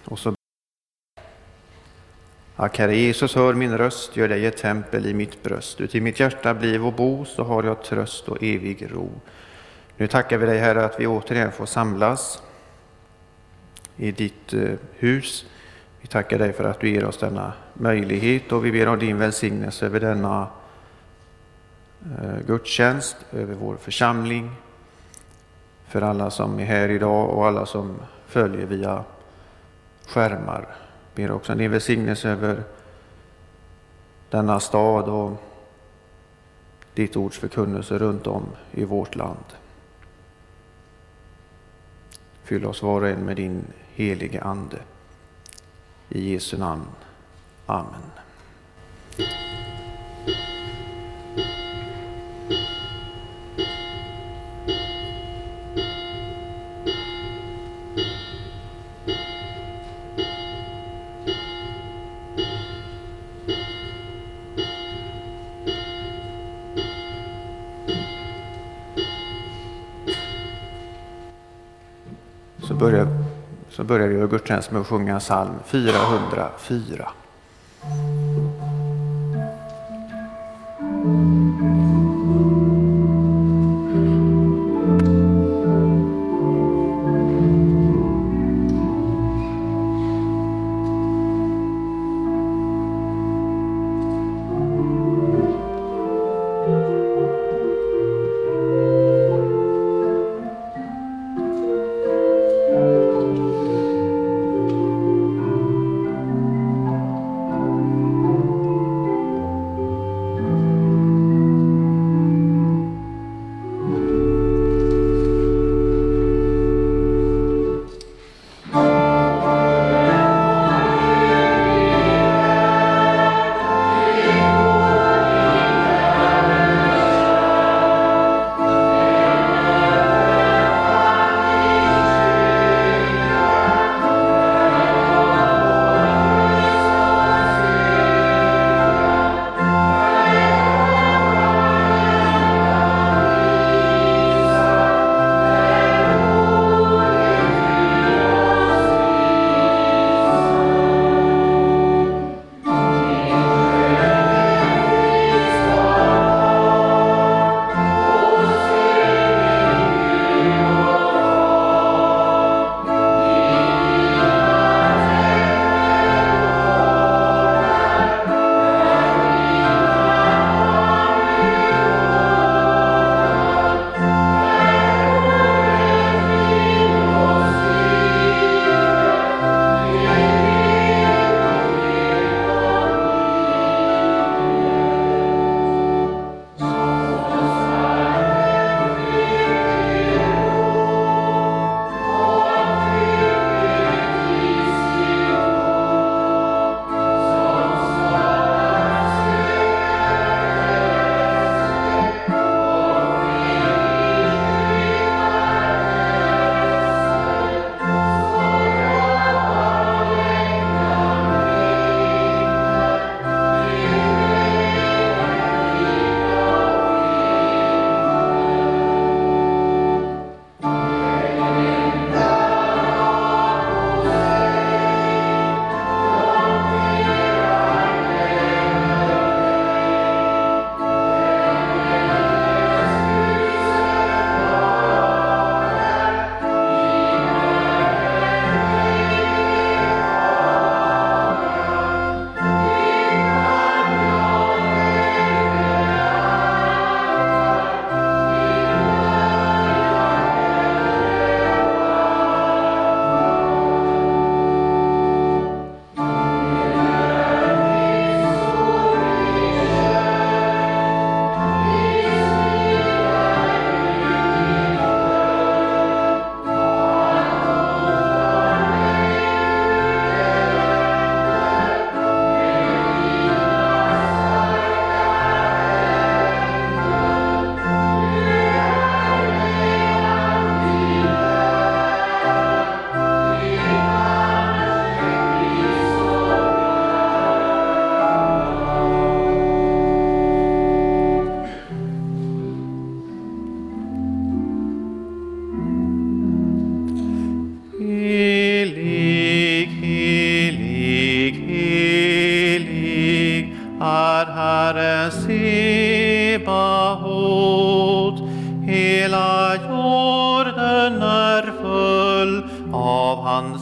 Och så Ack, Herre Jesus, hör min röst, gör dig ett tempel i mitt bröst. Ut i mitt hjärta bliv och bo, så har jag tröst och evig ro. Nu tackar vi dig, Herre, att vi återigen får samlas i ditt hus. Vi tackar dig för att du ger oss denna möjlighet, och vi ber om din välsignelse över denna gudstjänst, över vår församling, för alla som är här idag och alla som följer via skärmar. Ber också om din välsignelse över denna stad och ditt ords förkunnelse runt om i vårt land. Fyll oss var och en med din helige ande. I Jesu namn. Amen. Så börjar vi gudstjänst med att sjunga psalm 404. helig är Herren Sebaot. Hela jorden är full av hans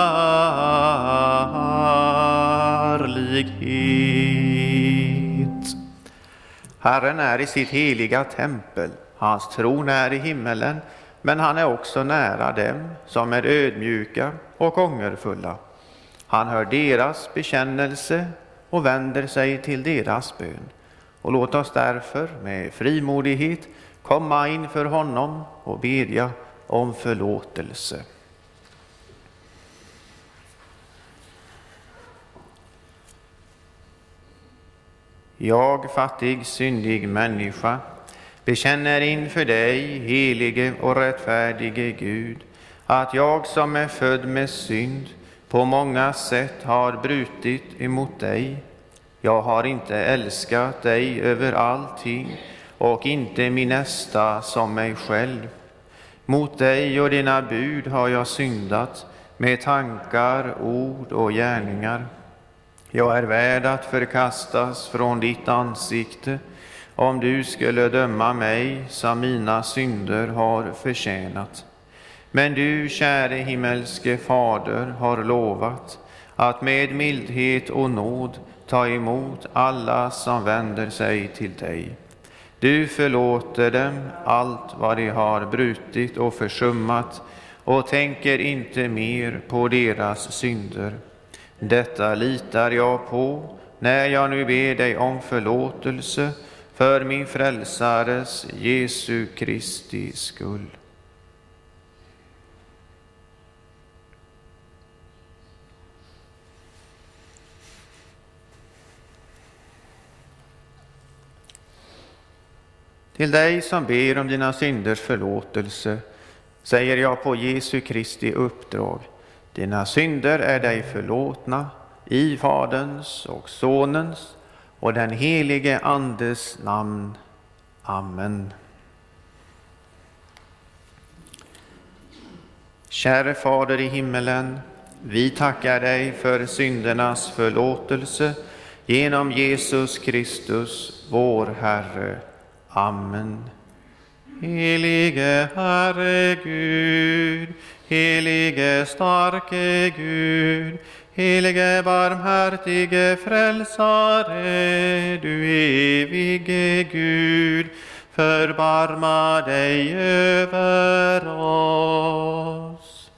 härlighet. Herren är i sitt heliga tempel, hans tron är i himmelen, men han är också nära dem som är ödmjuka och ångerfulla. Han hör deras bekännelse och vänder sig till deras bön. Och låt oss därför med frimodighet komma inför honom och bedja om förlåtelse. Jag, fattig, syndig människa, bekänner inför dig, helige och rättfärdige Gud, att jag som är född med synd på många sätt har brutit emot dig. Jag har inte älskat dig över allting och inte min nästa som mig själv. Mot dig och dina bud har jag syndat med tankar, ord och gärningar. Jag är värd att förkastas från ditt ansikte om du skulle döma mig som mina synder har förtjänat. Men du, käre himmelske Fader, har lovat att med mildhet och nåd ta emot alla som vänder sig till dig. Du förlåter dem allt vad de har brutit och försummat och tänker inte mer på deras synder. Detta litar jag på när jag nu ber dig om förlåtelse för min frälsares Jesu Kristi skull. Till dig som ber om dina synders förlåtelse säger jag på Jesu Kristi uppdrag: dina synder är dig förlåtna i Faderns och Sonens och den helige Andes namn. Amen. Käre Fader i himmelen, vi tackar dig för syndernas förlåtelse genom Jesus Kristus, vår Herre. Amen. Helige Herre Gud, helige starke Gud, helige barmhärtige frälsare, du evige Gud, förbarma dig över oss.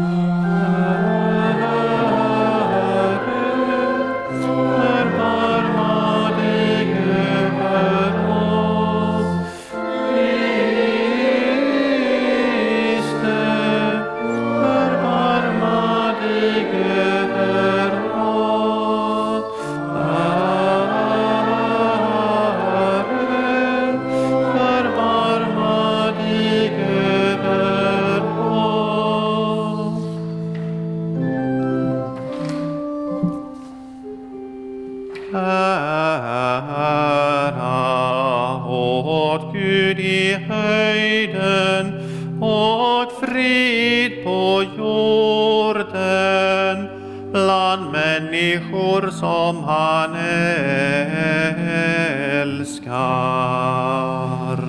Människor som han älskar.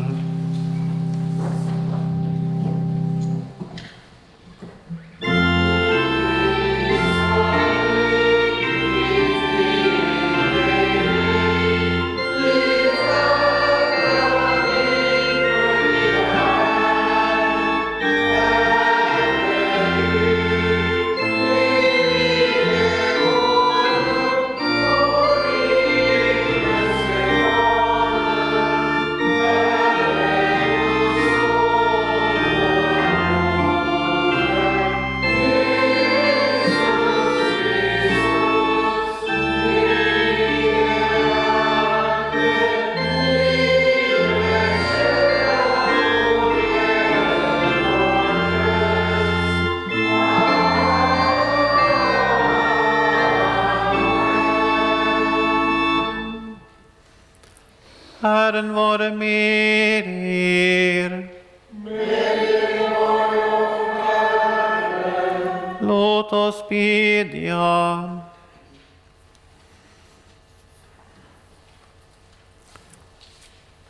Herren vare med er. Låt oss bedja.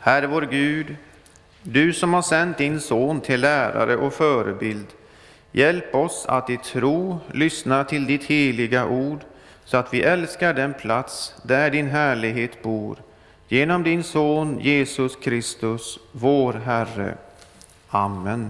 Herre vår Gud, du som har sänt din son till lärare och förebild, hjälp oss att i tro lyssna till ditt heliga ord, så att vi älskar den plats där din härlighet bor. Genom din son Jesus Kristus, vår Herre. Amen.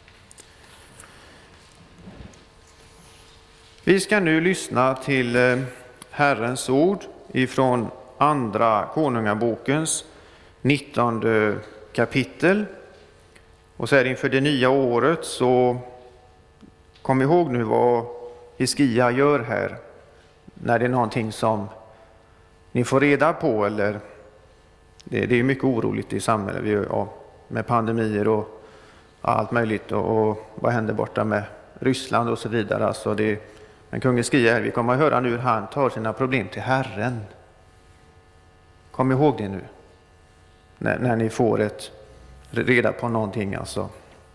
Vi ska nu lyssna till Herrens ord ifrån Andra Konungabokens 19 kapitel. Och så här inför det nya året, så kom ihåg nu vad Hiskia gör här. När det är någonting som ni får reda på, eller det är mycket oroligt i samhället med pandemier och allt möjligt, och vad händer borta med Ryssland och så vidare. Alltså men kung Hiskia här, vi kommer att höra nu hur han tar sina problem till Herren. Kom ihåg det nu. När ni får reda på någonting, alltså.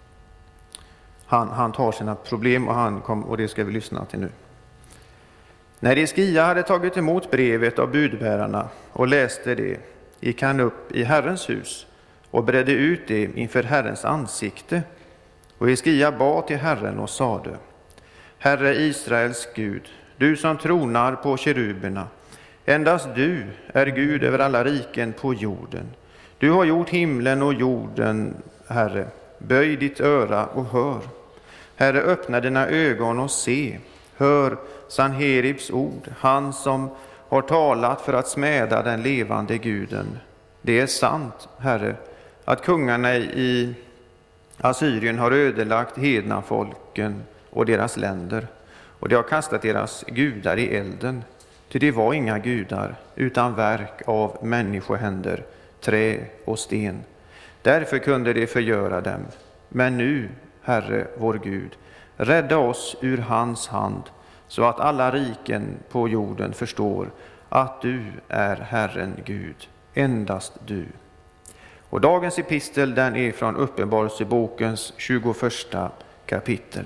Han tar sina problem och det ska vi lyssna till nu. När Hiskia hade tagit emot brevet av budbärarna och läste det, gick han upp i Herrens hus och bredde ut det inför Herrens ansikte. Och Hiskia bad till Herren och sade: Herre Israels Gud, du som tronar på keruberna, endast du är Gud över alla riken på jorden. Du har gjort himlen och jorden, Herre. Böj ditt öra och hör. Herre, öppna dina ögon och se. Hör Sanheribs ord, han som har talat för att smäda den levande guden. Det är sant, Herre, att kungarna i Assyrien har ödelagt hedna folken och deras länder, och de har kastat deras gudar i elden. Ty det var inga gudar utan verk av människohänder, trä och sten. Därför kunde de förgöra dem. Men nu, Herre vår Gud, rädda oss ur hans hand, så att alla riken på jorden förstår att du är Herren Gud, endast du. Och dagens epistel, den är från Uppenbarelsebokens 21 kapitel.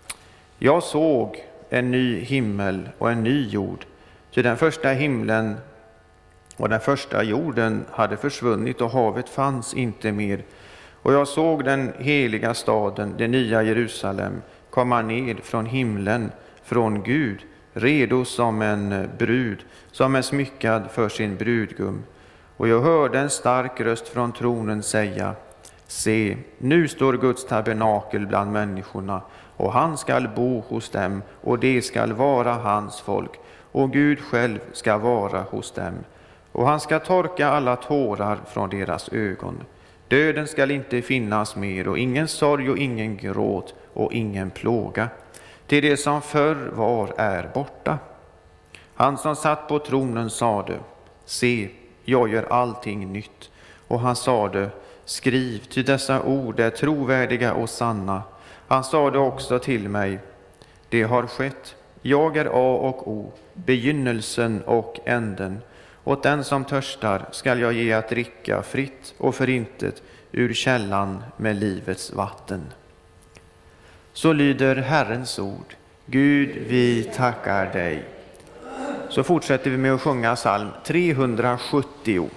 Jag såg en ny himmel och en ny jord, ty den första himlen och den första jorden hade försvunnit och havet fanns inte mer. Och jag såg den heliga staden, det nya Jerusalem, komma ned från himlen, från Gud, redo som en brud, som är smyckad för sin brudgum. Och jag hörde en stark röst från tronen säga: Se, nu står Guds tabernakel bland människorna, och han skall bo hos dem, och det skall vara hans folk, och Gud själv ska vara hos dem. Och han ska torka alla tårar från deras ögon. Döden skall inte finnas mer, och ingen sorg och ingen gråt och ingen plåga. Till det som förr var är borta. Han som satt på tronen sade: Se, jag gör allting nytt. Och han sade: Skriv, ty dessa ord är trovärdiga och sanna. Han sade också till mig: Det har skett. Jag är A och O, begynnelsen och änden. Åt den som törstar skall jag ge att dricka fritt och förintet ur källan med livets vatten. Så lyder Herrens ord. Gud, vi tackar dig. Så fortsätter vi med att sjunga psalm 370.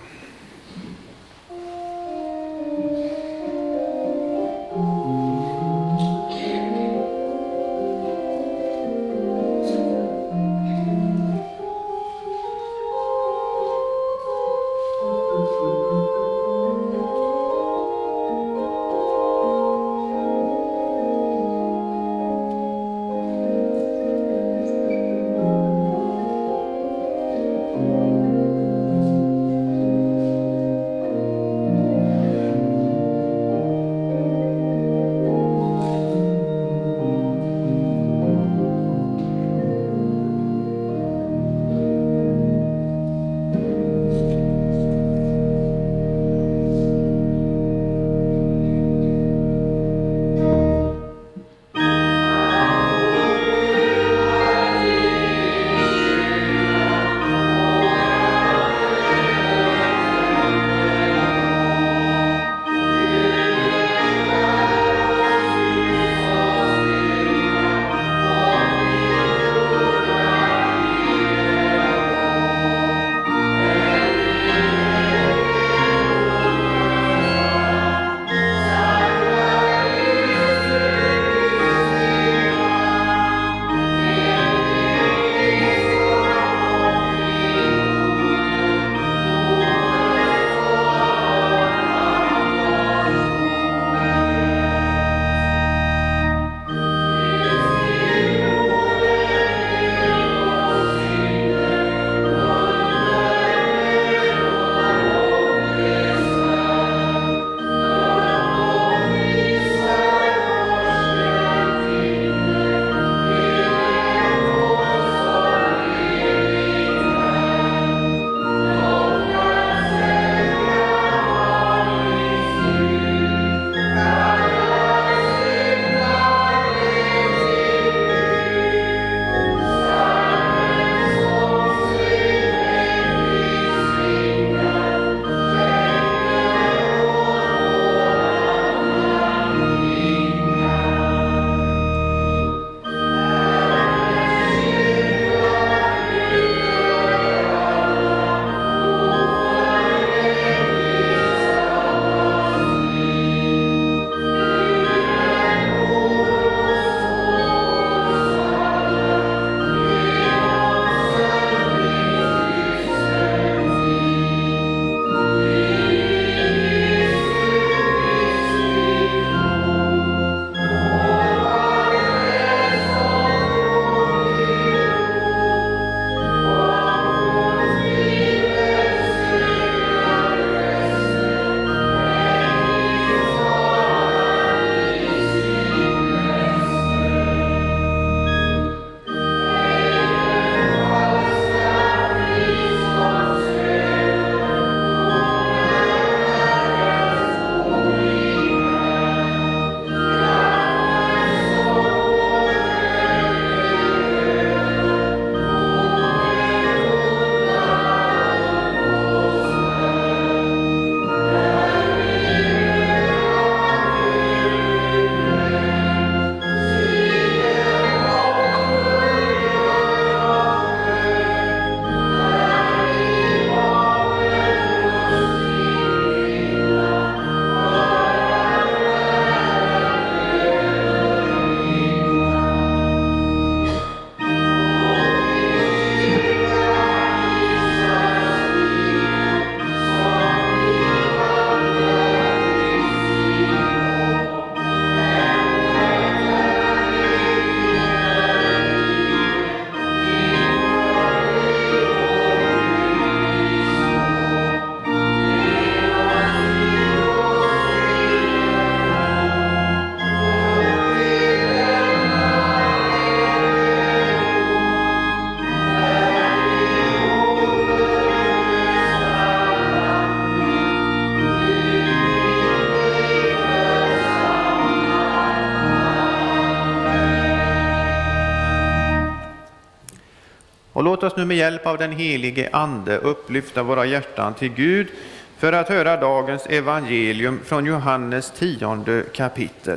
Och låt oss nu med hjälp av den helige Ande upplyfta våra hjärtan till Gud för att höra dagens evangelium från Johannes 10:e kapitel.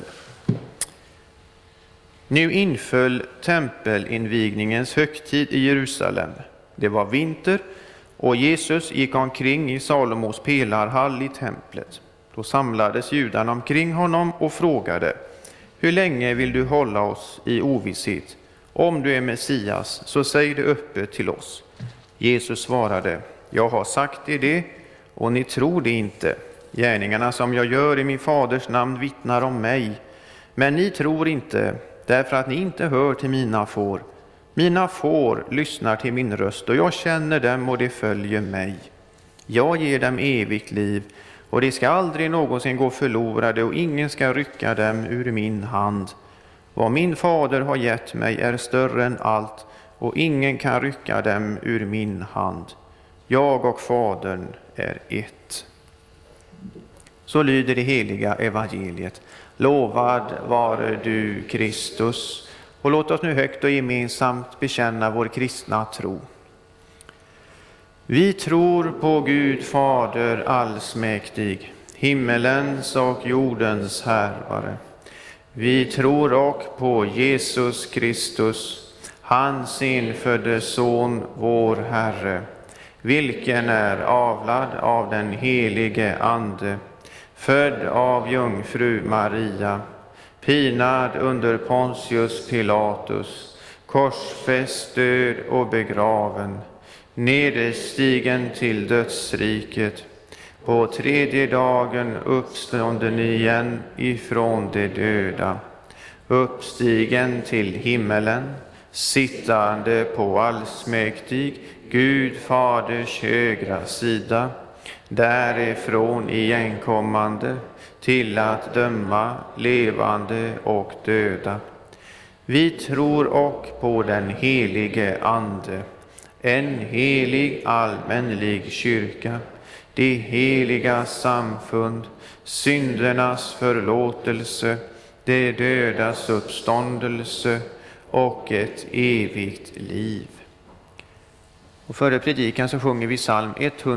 Nu inföll tempelinvigningens högtid i Jerusalem. Det var vinter och Jesus gick omkring i Salomos pelarhall i templet. Då samlades judarna omkring honom och frågade: hur länge vill du hålla oss i ovisshet? Om du är Messias, så säg det öppet till oss. Jesus svarade: jag har sagt er det, och ni tror det inte. Gärningarna som jag gör i min faders namn vittnar om mig. Men ni tror inte, därför att ni inte hör till mina får. Mina får lyssnar till min röst, och jag känner dem och de följer mig. Jag ger dem evigt liv, och de ska aldrig någonsin gå förlorade, och ingen ska rycka dem ur min hand. Vad min fader har gett mig är större än allt, och ingen kan rycka dem ur min hand. Jag och Fadern är ett. Så lyder det heliga evangeliet. Lovad vare du, Kristus. Och låt oss nu högt och gemensamt bekänna vår kristna tro. Vi tror på Gud Fader allsmäktig, himmelens och jordens härvare. Vi tror och på Jesus Kristus, hans enfödde son, vår Herre, vilken är avlad av den helige Ande, född av jungfru Maria, pinad under Pontius Pilatus, korsfäst, död och begraven, nederstigen till dödsriket, på tredje dagen uppstånden igen ifrån de döda, uppstigen till himmelen, sittande på allsmäktig Gud Faders högra sida, därifrån igenkommande till att döma levande och döda. Vi tror och på den helige Ande, en helig allmänlig kyrka, det heliga samfund, syndernas förlåtelse, det dödas uppståndelse och ett evigt liv. Och före predikan så sjunger vi psalm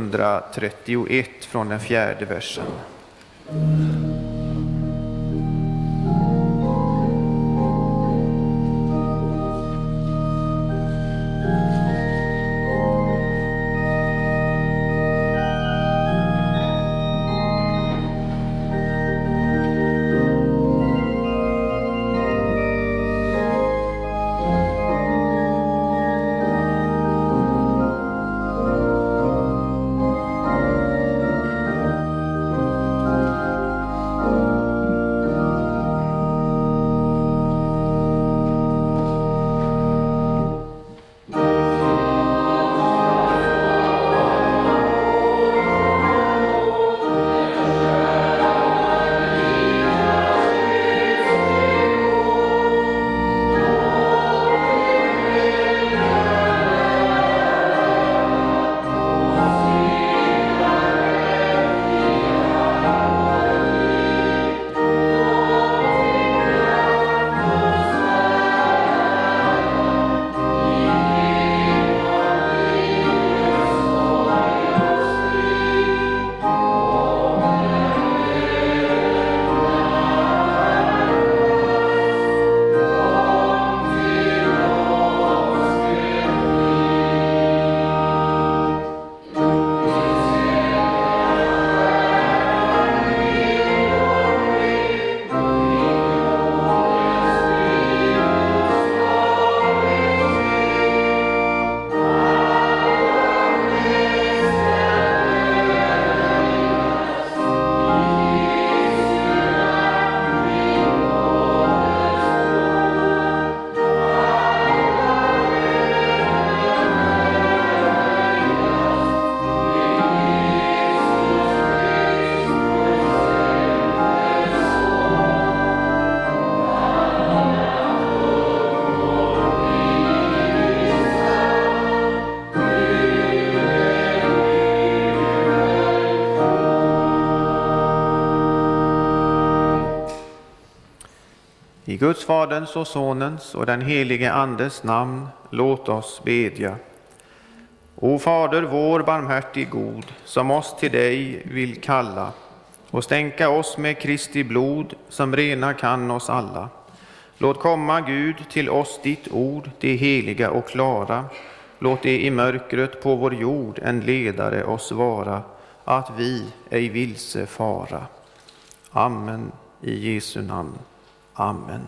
131 från den 4:e versen. I Guds Faderns och Sonens och den helige Andes namn, låt oss bedja. O Fader vår barmhärtig god, som oss till dig vill kalla och stänka oss med Kristi blod, som rena kan oss alla. Låt komma, Gud, till oss ditt ord, det heliga och klara. Låt det i mörkret på vår jord en ledare oss vara, att vi ej vilse fara. Amen. I Jesu namn. Amen.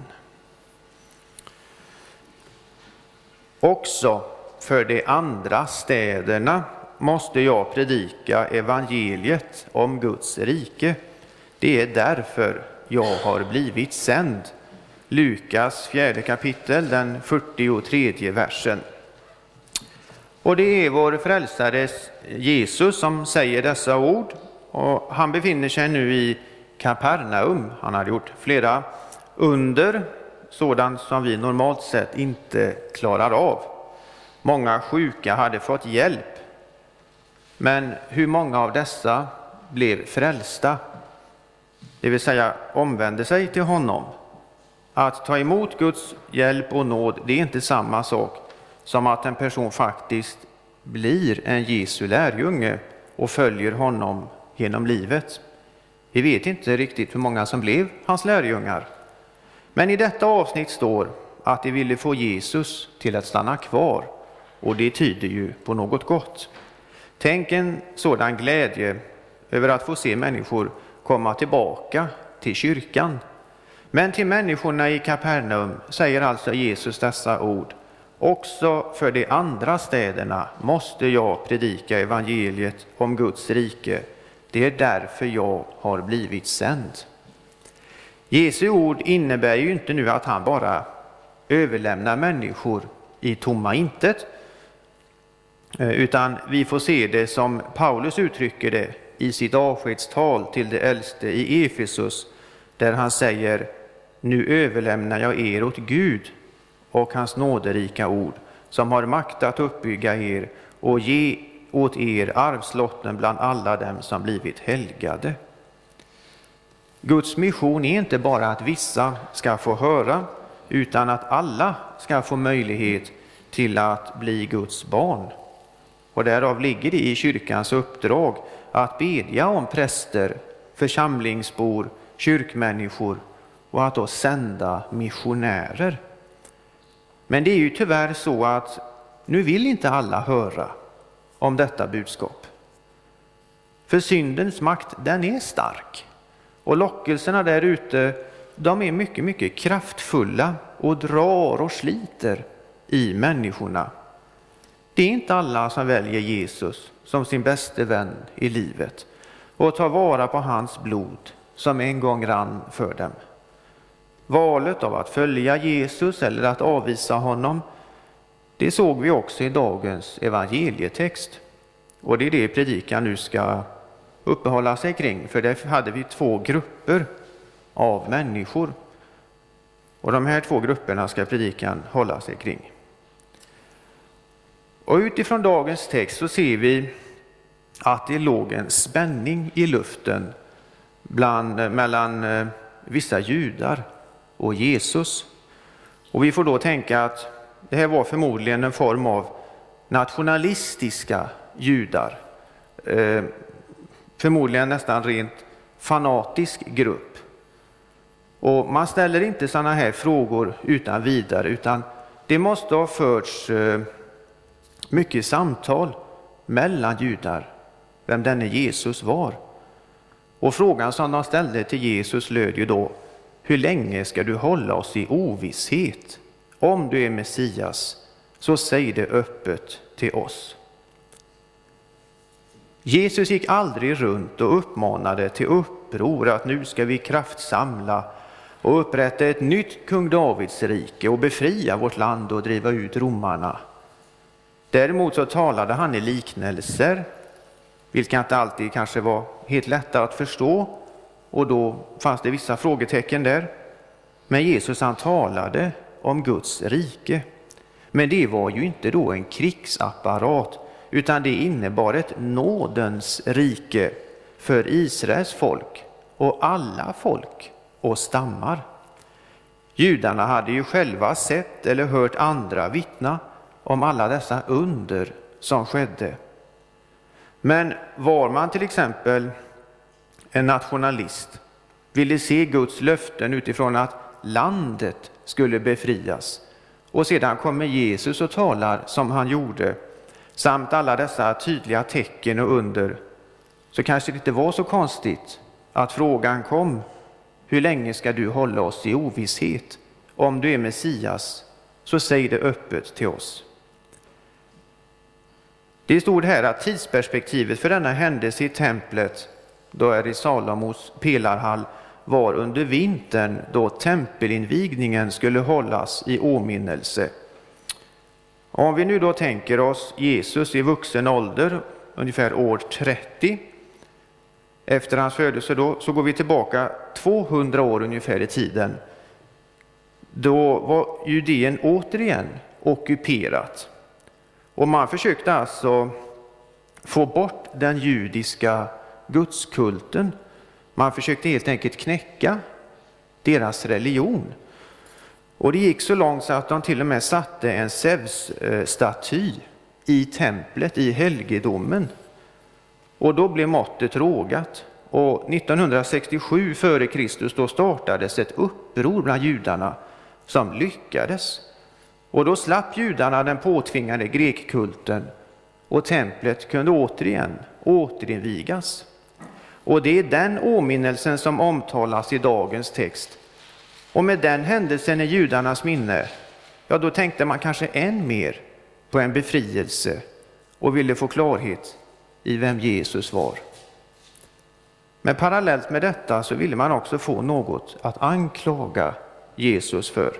Också för de andra städerna måste jag predika evangeliet om Guds rike. Det är därför jag har blivit sänd. Lukas 4 kapitel, den 43 versen. Och det är vår frälsares Jesus som säger dessa ord. Och han befinner sig nu i Kapernaum. Han har gjort flera under, sådant som vi normalt sett inte klarar av. Många sjuka hade fått hjälp. Men hur många av dessa blev frälsta? Det vill säga omvände sig till honom. Att ta emot Guds hjälp och nåd, det är inte samma sak som att en person faktiskt blir en Jesu lärjunge och följer honom genom livet. Vi vet inte riktigt hur många som blev hans lärjungar. Men i detta avsnitt står att de ville få Jesus till att stanna kvar, och det tyder ju på något gott. Tänk en sådan glädje över att få se människor komma tillbaka till kyrkan. Men till människorna i Kapernaum säger alltså Jesus dessa ord: också för de andra städerna måste jag predika evangeliet om Guds rike. Det är därför jag har blivit sänd. Jesu ord innebär ju inte nu att han bara överlämnar människor i tomma intet, utan vi får se det som Paulus uttrycker det i sitt avskedstal till de äldste i Efesus, där han säger: nu överlämnar jag er åt Gud och hans nåderika ord, som har makt att uppbygga er och ge åt er arvslotten bland alla dem som blivit helgade. Guds mission är inte bara att vissa ska få höra, utan att alla ska få möjlighet till att bli Guds barn. Och därav ligger det i kyrkans uppdrag att bedja om präster, församlingsbor, kyrkmänniskor och att då sända missionärer. Men det är ju tyvärr så att nu vill inte alla höra om detta budskap. För syndens makt, den är stark. Och lockelserna där ute, de är mycket, mycket kraftfulla och drar och sliter i människorna. Det är inte alla som väljer Jesus som sin bäste vän i livet och tar vara på hans blod som en gång rann för dem. Valet av att följa Jesus eller att avvisa honom, det såg vi också i dagens evangelietext. Och det är det predikan nu ska uppehålla sig kring, för där hade vi två grupper av människor. Och de här två grupperna ska predikan hålla sig kring. Och utifrån dagens text så ser vi att det låg en spänning i luften mellan vissa judar och Jesus. Och vi får då tänka att det här var förmodligen en form av nationalistiska judar. Förmodligen nästan rent fanatisk grupp. Och man ställer inte sådana här frågor utan vidare, utan det måste ha förts mycket samtal mellan judar vem denne Jesus var. Och frågan som de ställde till Jesus löd ju då: hur länge ska du hålla oss i ovisshet? Om du är Messias, så säg det öppet till oss. Jesus gick aldrig runt och uppmanade till uppror att nu ska vi kraftsamla och upprätta ett nytt kung Davids rike och befria vårt land och driva ut romarna. Däremot så talade han i liknelser, vilka inte alltid kanske var helt lätta att förstå, och då fanns det vissa frågetecken där. Men Jesus, han talade om Guds rike. Men det var ju inte då en krigsapparat, utan det innebar ett nådens rike för Israels folk och alla folk och stammar. Judarna hade ju själva sett eller hört andra vittna om alla dessa under som skedde. Men var man till exempel en nationalist, ville se Guds löften utifrån att landet skulle befrias, och sedan kommer Jesus och talar som han gjorde, samt alla dessa tydliga tecken och under, så kanske det inte var så konstigt att frågan kom: hur länge ska du hålla oss i ovisshet? Om du är Messias, så säg det öppet till oss. Det stod här att tidsperspektivet för denna händelse i templet, då är i Salomos pelarhall, var under vintern då tempelinvigningen skulle hållas i åminnelse. Om vi nu då tänker oss Jesus i vuxen ålder, ungefär år 30, efter hans födelse då, så går vi tillbaka 200 år ungefär i tiden. Då var Judeen återigen ockuperat. Och man försökte alltså få bort den judiska gudskulten. Man försökte helt enkelt knäcka deras religion. Och det gick så långt så att de till och med satte en Zeus-staty i templet, i helgedomen. Och då blev måttet rågat. Och 1967 före Kristus då startades ett uppror bland judarna som lyckades. Och då slapp judarna den påtvingade grekkulten och templet kunde återigen återinvigas. Och det är den åminnelsen som omtalas i dagens text. Och med den händelsen i judarnas minne, ja, då tänkte man kanske än mer på en befrielse och ville få klarhet i vem Jesus var. Men parallellt med detta så ville man också få något att anklaga Jesus för.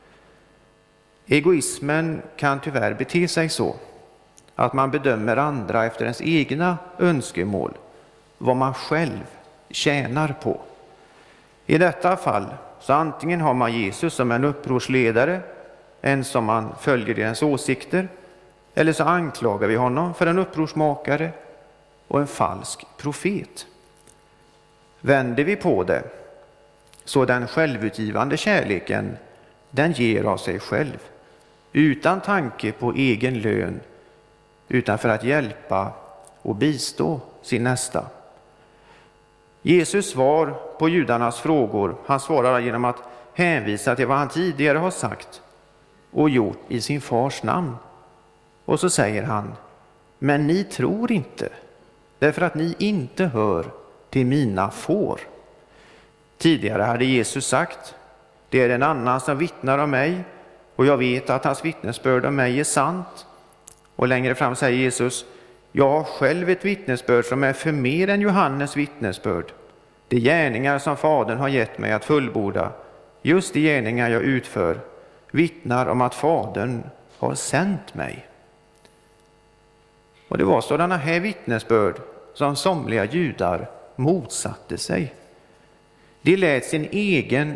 Egoismen kan tyvärr bete sig så att man bedömer andra efter ens egna önskemål, vad man själv tjänar på. I detta fall så antingen har man Jesus som en upprorsledare, en som man följer i ens åsikter, eller så anklagar vi honom för en upprorsmakare och en falsk profet. Vänder vi på det, så den självutgivande kärleken, den ger av sig själv, utan tanke på egen lön, utan för att hjälpa och bistå sin nästa. Jesus svar på judarnas frågor, han svarar genom att hänvisa till vad han tidigare har sagt och gjort i sin fars namn. Och så säger han: men ni tror inte, därför att ni inte hör till mina får. Tidigare hade Jesus sagt: det är en annan som vittnar om mig, och jag vet att hans vittnesbörd om mig är sant. Och längre fram säger Jesus: jag har själv ett vittnesbörd som är för mer än Johannes vittnesbörd. De gärningar som Fadern har gett mig att fullborda, just de gärningar jag utför, vittnar om att Fadern har sänt mig. Och det var sådana här vittnesbörd som somliga judar motsatte sig. De lät sin egen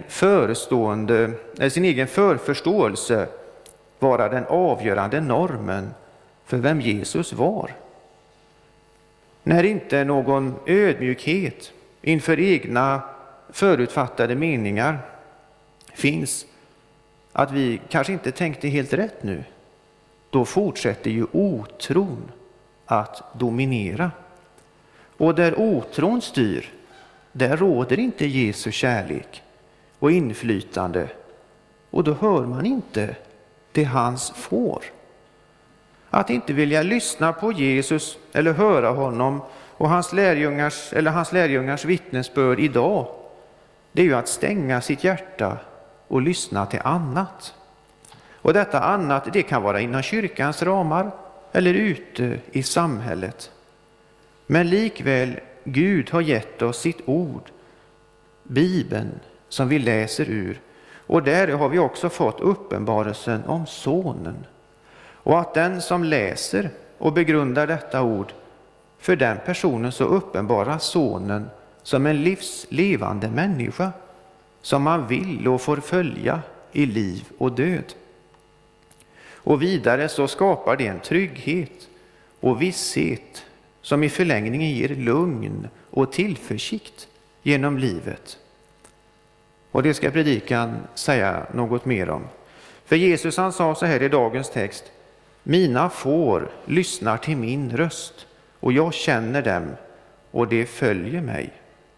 förförståelse vara den avgörande normen för vem Jesus var. När inte någon ödmjukhet inför egna förutfattade meningar finns, att vi kanske inte tänkte helt rätt nu, då fortsätter ju otron att dominera. Och där otron styr, där råder inte Jesu kärlek och inflytande, och då hör man inte det hans får. Att inte vilja lyssna på Jesus eller höra honom och hans lärjungars vittnesbörd idag, det är ju att stänga sitt hjärta och lyssna till annat. Och detta annat, det kan vara inom kyrkans ramar eller ute i samhället. Men likväl, Gud har gett oss sitt ord, Bibeln, som vi läser ur. Och där har vi också fått uppenbarelsen om Sonen. Och att den som läser och begrundar detta ord, för den personen så uppenbarar Sonen som en livslevande människa som man vill och får följa i liv och död. Och vidare så skapar det en trygghet och visshet som i förlängningen ger lugn och tillförsikt genom livet. Och det ska predikan säga något mer om. För Jesus, han sa så här i dagens text: Mina får lyssnar till min röst, och jag känner dem, och det följer mig.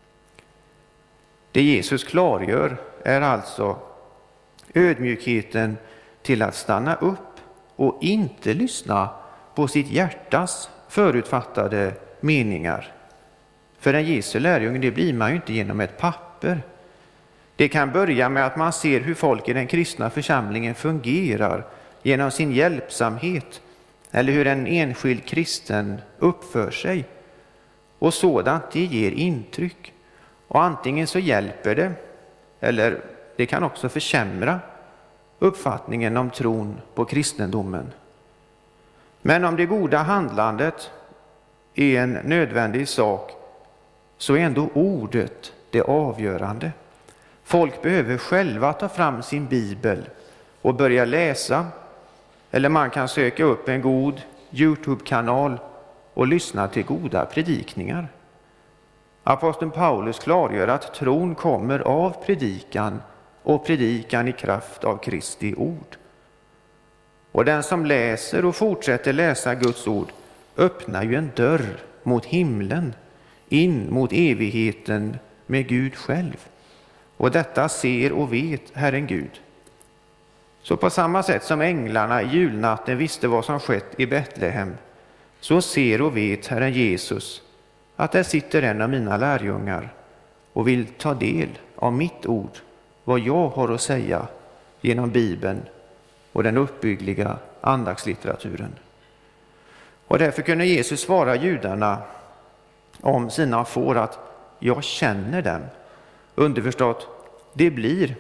Det Jesus klargör är alltså ödmjukheten till att stanna upp och inte lyssna på sitt hjärtas förutfattade meningar. För en Jesu lärjunge, det blir man ju inte genom ett papper. Det kan börja med att man ser hur folk i den kristna församlingen fungerar genom sin hjälpsamhet, eller hur en enskild kristen uppför sig. Och sådant det ger intryck. Och antingen så hjälper det, eller det kan också försämra uppfattningen om tron på kristendomen. Men om det goda handlandet är en nödvändig sak, så är ändå ordet det avgörande. Folk behöver själva ta fram sin bibel och börja läsa, eller man kan söka upp en god YouTube-kanal och lyssna till goda predikningar. Aposteln Paulus klargör att tron kommer av predikan, och predikan i kraft av Kristi ord. Och den som läser och fortsätter läsa Guds ord öppnar ju en dörr mot himlen, in mot evigheten med Gud själv. Och detta ser och vet Herren Gud. Så på samma sätt som änglarna i julnatten visste vad som skett i Betlehem, så ser och vet Herren Jesus att där sitter en av mina lärjungar och vill ta del av mitt ord, vad jag har att säga genom Bibeln och den uppbyggliga andaktslitteraturen. Och därför kunde Jesus svara judarna om sina får att jag känner dem. Underförstått, det blir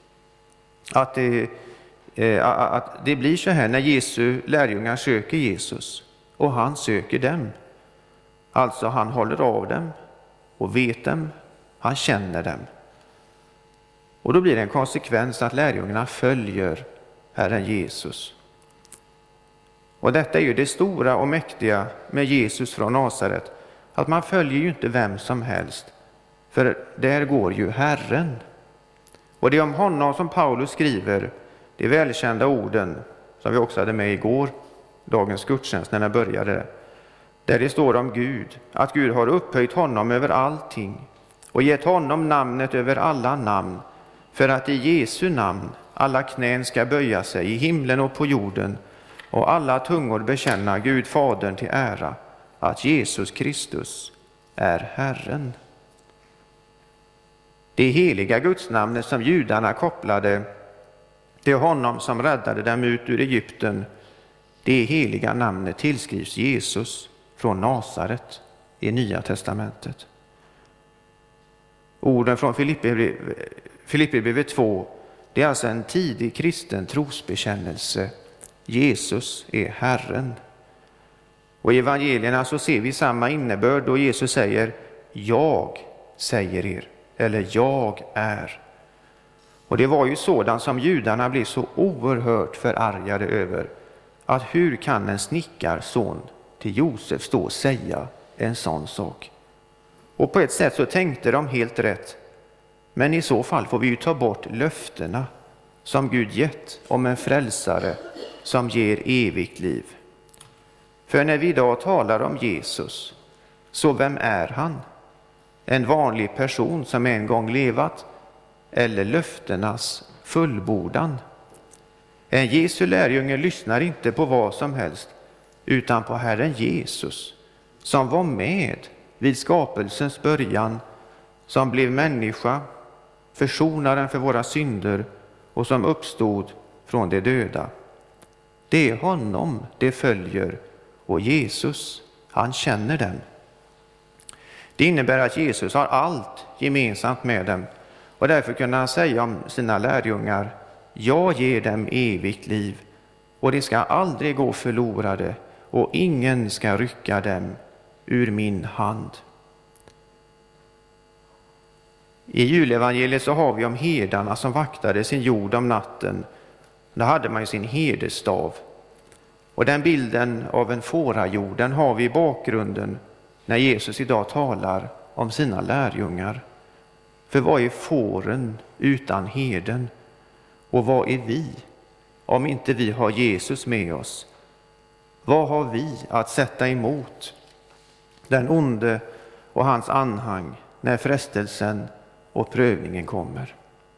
så här när Jesu lärjungar söker Jesus och han söker dem. Alltså han håller av dem och vet dem, han känner dem. Och då blir det en konsekvens att lärjungarna följer Herren Jesus. Och detta är ju det stora och mäktiga med Jesus från Nasaret, att man följer ju inte vem som helst, för där går ju Herren. Och det är om honom som Paulus skriver de välkända orden som vi också hade med igår, dagens gudstjänst när den började, där det står om Gud, att Gud har upphöjt honom över allting och gett honom namnet över alla namn, för att i Jesu namn alla knän ska böja sig i himlen och på jorden och alla tungor bekänna Gud Fadern till ära, att Jesus Kristus är Herren. Det heliga gudsnamnet som judarna kopplade till honom som räddade dem ut ur Egypten, det heliga namnet tillskrivs Jesus från Nasaret i Nya testamentet. Orden från Filipperbrevet 2, det är alltså en tidig kristen trosbekännelse. Jesus är Herren. Och i evangelierna så ser vi samma innebörd då Jesus säger jag säger er, eller jag är. Och det var ju sådant som judarna blev så oerhört förargade över, att hur kan en snickarson till Josef stå och säga en sån sak? Och på ett sätt så tänkte de helt rätt, men i så fall får vi ju ta bort löftena som Gud gett om en frälsare som ger evigt liv. För när vi idag talar om Jesus, så vem är han? En vanlig person som en gång levat, eller löftenas fullbordan? En Jesu lärjunge lyssnar inte på vad som helst, utan på Herren Jesus, som var med vid skapelsens början, som blev människa, försonaren för våra synder och som uppstod från de döda. Det är honom det följer, och Jesus, han känner dem. Det innebär att Jesus har allt gemensamt med dem, och därför kunde han säga om sina lärjungar, jag ger dem evigt liv, och det ska aldrig gå förlorade, och ingen ska rycka dem ur min hand. I julevangeliet så har vi om herdarna som vaktade sin jord om natten. Då hade man ju sin herdestav. Och den bilden av en fårahjord, den har vi i bakgrunden när Jesus idag talar om sina lärjungar. För vad är fåren utan herden? Och vad är vi om inte vi har Jesus med oss? Vad har vi att sätta emot den onde och hans anhang när frestelsen och prövningen kommer?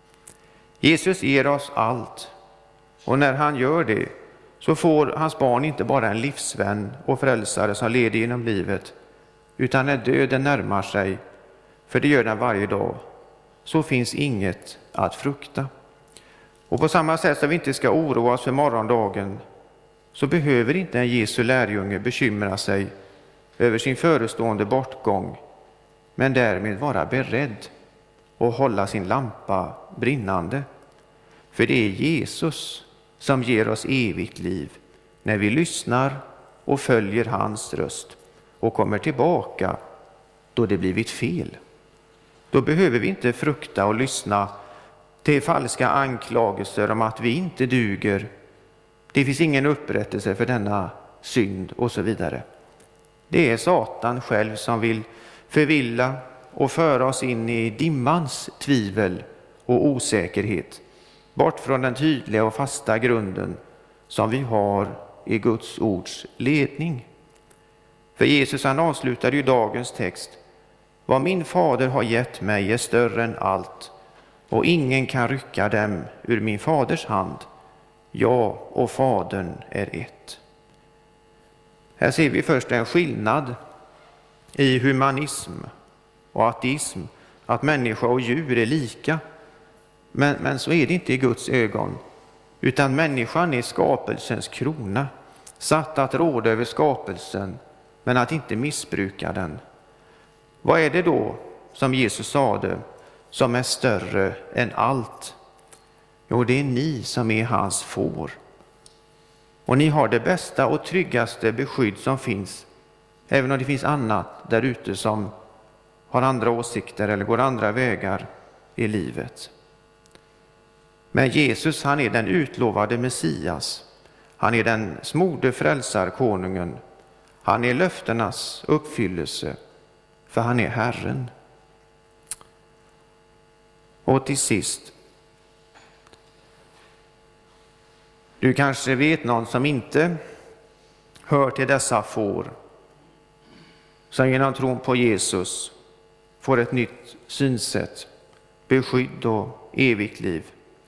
Jesus ger oss allt, och när han gör det så får hans barn inte bara en livsvän och frälsare som leder genom livet, utan när döden närmar sig, för det gör den varje dag, så finns inget att frukta. Och på samma sätt som vi inte ska oroa oss för morgondagen, så behöver inte en Jesu lärjunge bekymra sig över sin förestående bortgång, men därmed vara beredd och hålla sin lampa brinnande. För det är Jesus som ger oss evigt liv när vi lyssnar och följer hans röst och kommer tillbaka då det blivit fel. Då behöver vi inte frukta och lyssna till falska anklagelser om att vi inte duger. Det finns ingen upprättelse för denna synd och så vidare. Det är Satan själv som vill förvilla och föra oss in i dimmans tvivel och osäkerhet, bort från den tydliga och fasta grunden som vi har i Guds ords ledning. För Jesus, han avslutade ju dagens text: vad min fader har gett mig är större än allt, och ingen kan rycka dem ur min faders hand. Jag och fadern är ett. Här ser vi först en skillnad i humanism och ateism, att människa och djur är lika. Men så är det inte i Guds ögon, utan människan är skapelsens krona, satt att råda över skapelsen, men att inte missbruka den. Vad är det då som Jesus sade som är större än allt? Jo, det är ni som är hans får. Och ni har det bästa och tryggaste beskydd som finns, även om det finns annat där ute som har andra åsikter eller går andra vägar i livet. Men Jesus, han är den utlovade Messias. Han är den smorde frälsarkonungen. Han är löftenas uppfyllelse, för han är Herren. Och till sist, du kanske vet någon som inte hör till dessa får, som genom tron på Jesus får ett nytt synsätt, beskydd och evigt liv.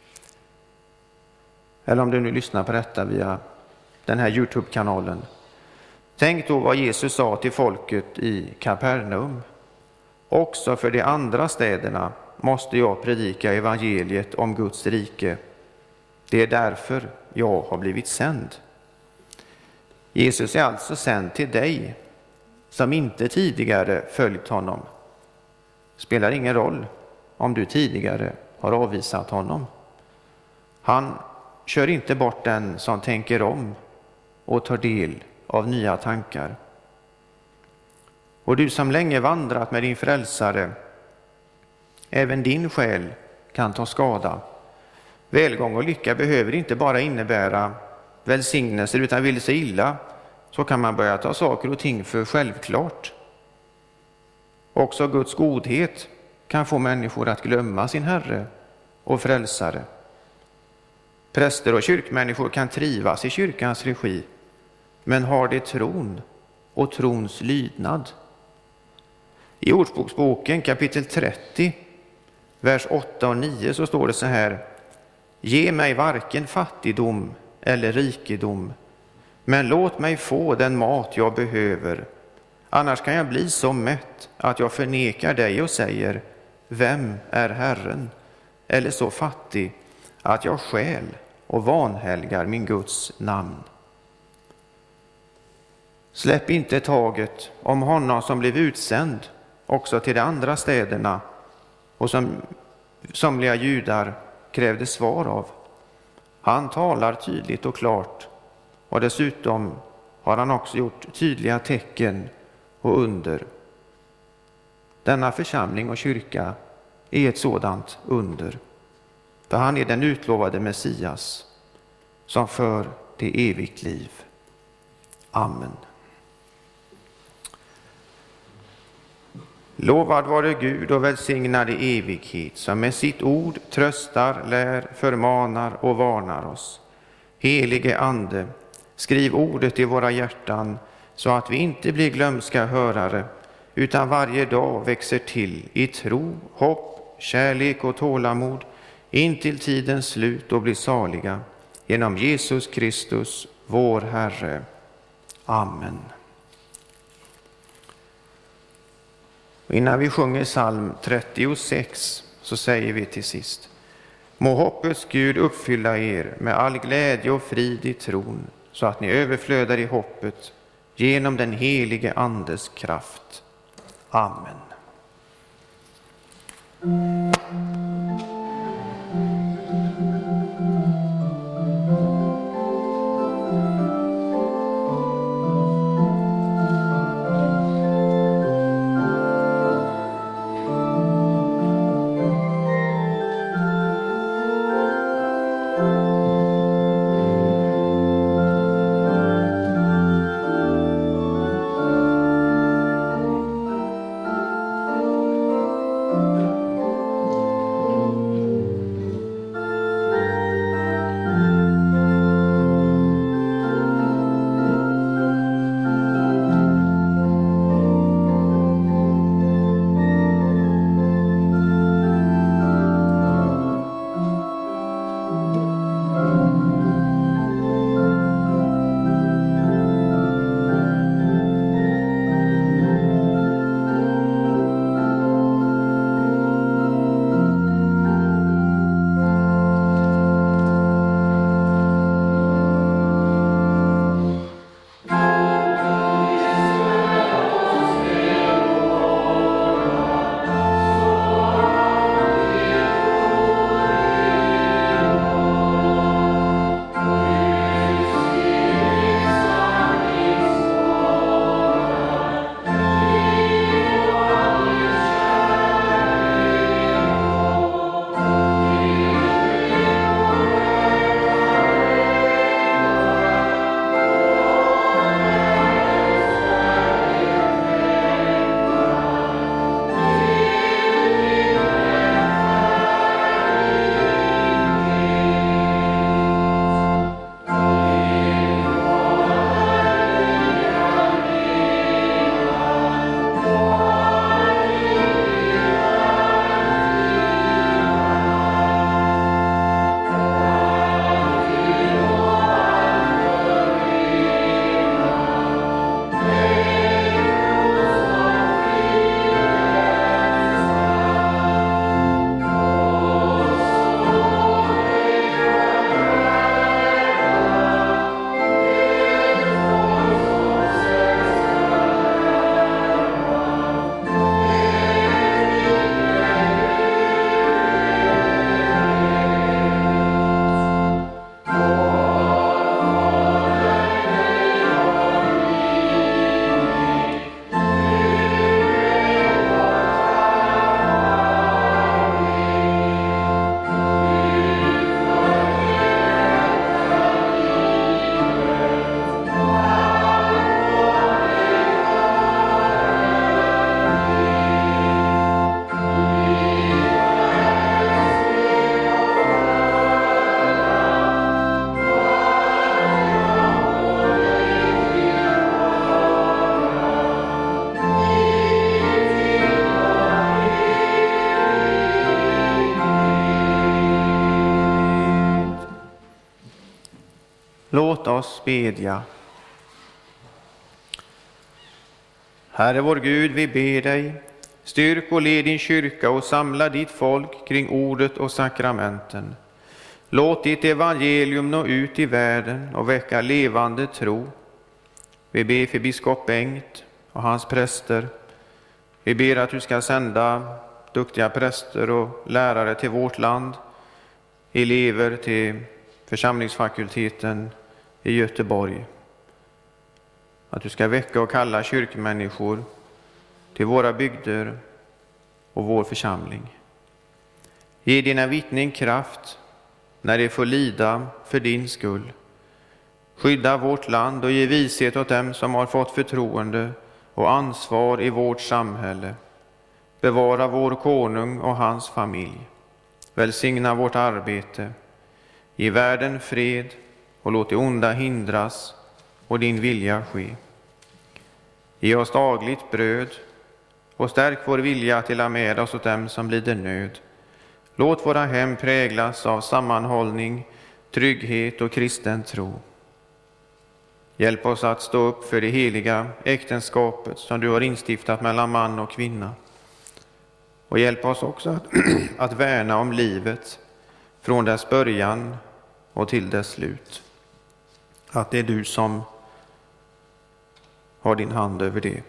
Eller om du nu lyssnar på detta via den här YouTube-kanalen. Tänk då vad Jesus sa till folket i Kapernaum. Också för de andra städerna måste jag predika evangeliet om Guds rike. Det är därför jag har blivit sänd. Jesus är alltså sänd till dig som inte tidigare följt honom. Spelar ingen roll om du tidigare har avvisat honom. Han kör inte bort den som tänker om och tar del av nya tankar. Och du som länge vandrat med din frälsare, även din själ kan ta skada. Välgång och lycka behöver inte bara innebära välsignelser, utan vill sig illa så kan man börja ta saker och ting för självklart. Också Guds godhet kan få människor att glömma sin Herre och frälsare. Präster och kyrkmänniskor kan trivas i kyrkans regi, men har det tron och trons lydnad? I Ordspråksboken kapitel 30, vers 8 och 9 så står det så här: ge mig varken fattigdom eller rikedom, men låt mig få den mat jag behöver. Annars kan jag bli så mätt att jag förnekar dig och säger: vem är Herren? Eller så fattig att jag stjäl och vanhelgar min Guds namn. Släpp inte taget om honom som blev utsänd också till de andra städerna och som somliga judar krävde svar av. Han talar tydligt och klart, och dessutom har han också gjort tydliga tecken och under. Denna församling och kyrka är ett sådant under, för han är den utlovade Messias som för till evigt liv. Amen. Lovad vare Gud och välsignad i evighet, som med sitt ord tröstar, lär, förmanar och varnar oss. Helige Ande, Skriv ordet i våra hjärtan så att vi inte blir glömska hörare utan varje dag växer till i tro, hopp, kärlek och tålamod in till tidens slut och blir saliga genom Jesus Kristus, vår Herre. Amen. Och innan vi sjunger psalm 36 så säger vi till sist: må hoppets Gud uppfylla er med all glädje och frid i tron, så att ni överflödar i hoppet genom den helige Andes kraft. Amen. Låt oss bedja. Herre vår Gud, vi ber dig, styrk och led din kyrka och samla ditt folk kring ordet och sakramenten. Låt ditt evangelium nå ut i världen och väcka levande tro. Vi ber för biskop Bengt och hans präster. Vi ber att du ska sända duktiga präster och lärare till vårt land, elever till församlingsfakulteten i Göteborg. Att du ska väcka och kalla kyrkmänniskor till våra bygder och vår församling. Ge dina vittnen kraft när de får lida för din skull. Skydda vårt land och ge vishet åt dem som har fått förtroende och ansvar i vårt samhälle. Bevara vår konung och hans familj. Välsigna vårt arbete. Ge världen fred och låt det onda hindras och din vilja ske. Ge oss dagligt bröd och stärk vår vilja att dela med oss åt dem som lider nöd. Låt våra hem präglas av sammanhållning, trygghet och kristen tro. Hjälp oss att stå upp för det heliga äktenskapet som du har instiftat mellan man och kvinna. Och hjälp oss också att värna om livet från dess början och till dess slut. Att det är du som har din hand över det.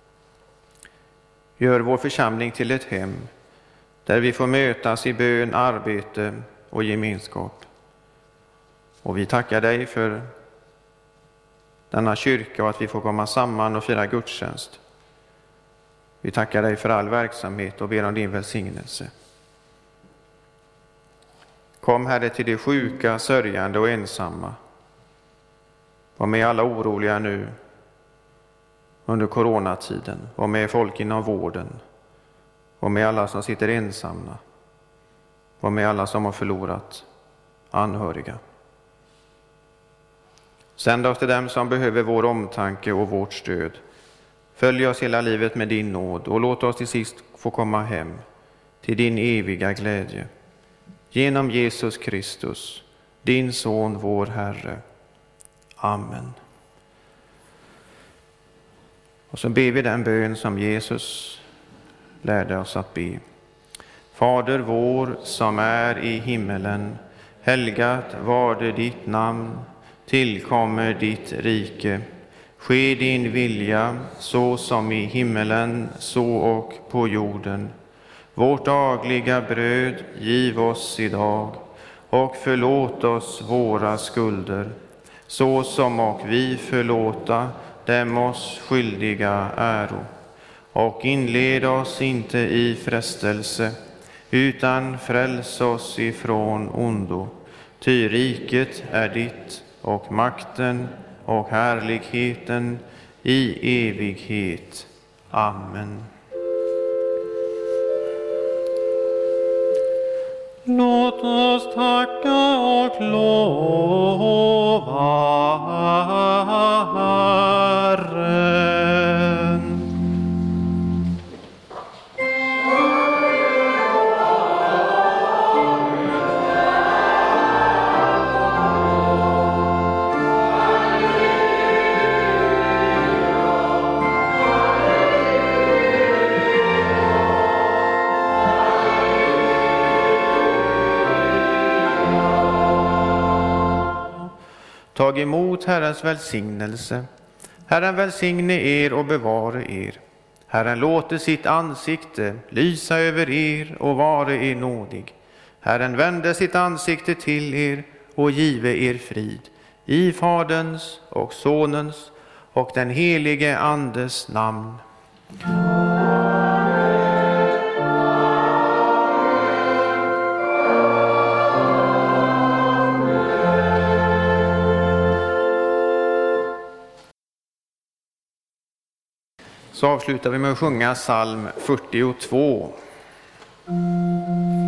Gör vår församling till ett hem där vi får mötas i bön, arbete och gemenskap. Och vi tackar dig för denna kyrka och att vi får komma samman och fira gudstjänst. Vi tackar dig för all verksamhet och ber om din välsignelse. Kom, Herre, till de sjuka, sörjande och ensamma. Var med alla oroliga nu under coronatiden. Var med folk inom vården. Var med alla som sitter ensamma. Var med alla som har förlorat anhöriga. Sänd oss till dem som behöver vår omtanke och vårt stöd. Följ oss hela livet med din nåd och låt oss till sist få komma hem till din eviga glädje. Genom Jesus Kristus, din son, vår Herre. Amen. Och så ber vi den bön som Jesus lärde oss att be. Fader vår som är i himmelen, helgat varde ditt namn, tillkommer ditt rike. Ske din vilja så som i himmelen, så och på jorden. Vårt dagliga bröd giv oss idag och förlåt oss våra skulder, så som och vi förlåta dem oss skyldiga äro. Och inled oss inte i frestelse, utan fräls oss ifrån ondo. Ty riket är ditt och makten och härligheten i evighet. Amen. Låt oss tacka och lova Herren. Tag emot Herrens välsignelse. Herren välsigne er och bevare er. Herren låter sitt ansikte lysa över er och vare er nådig. Herren vände sitt ansikte till er och give er frid. I Faderns och Sonens och den helige Andes namn. Så avslutar vi med att sjunga psalm 42.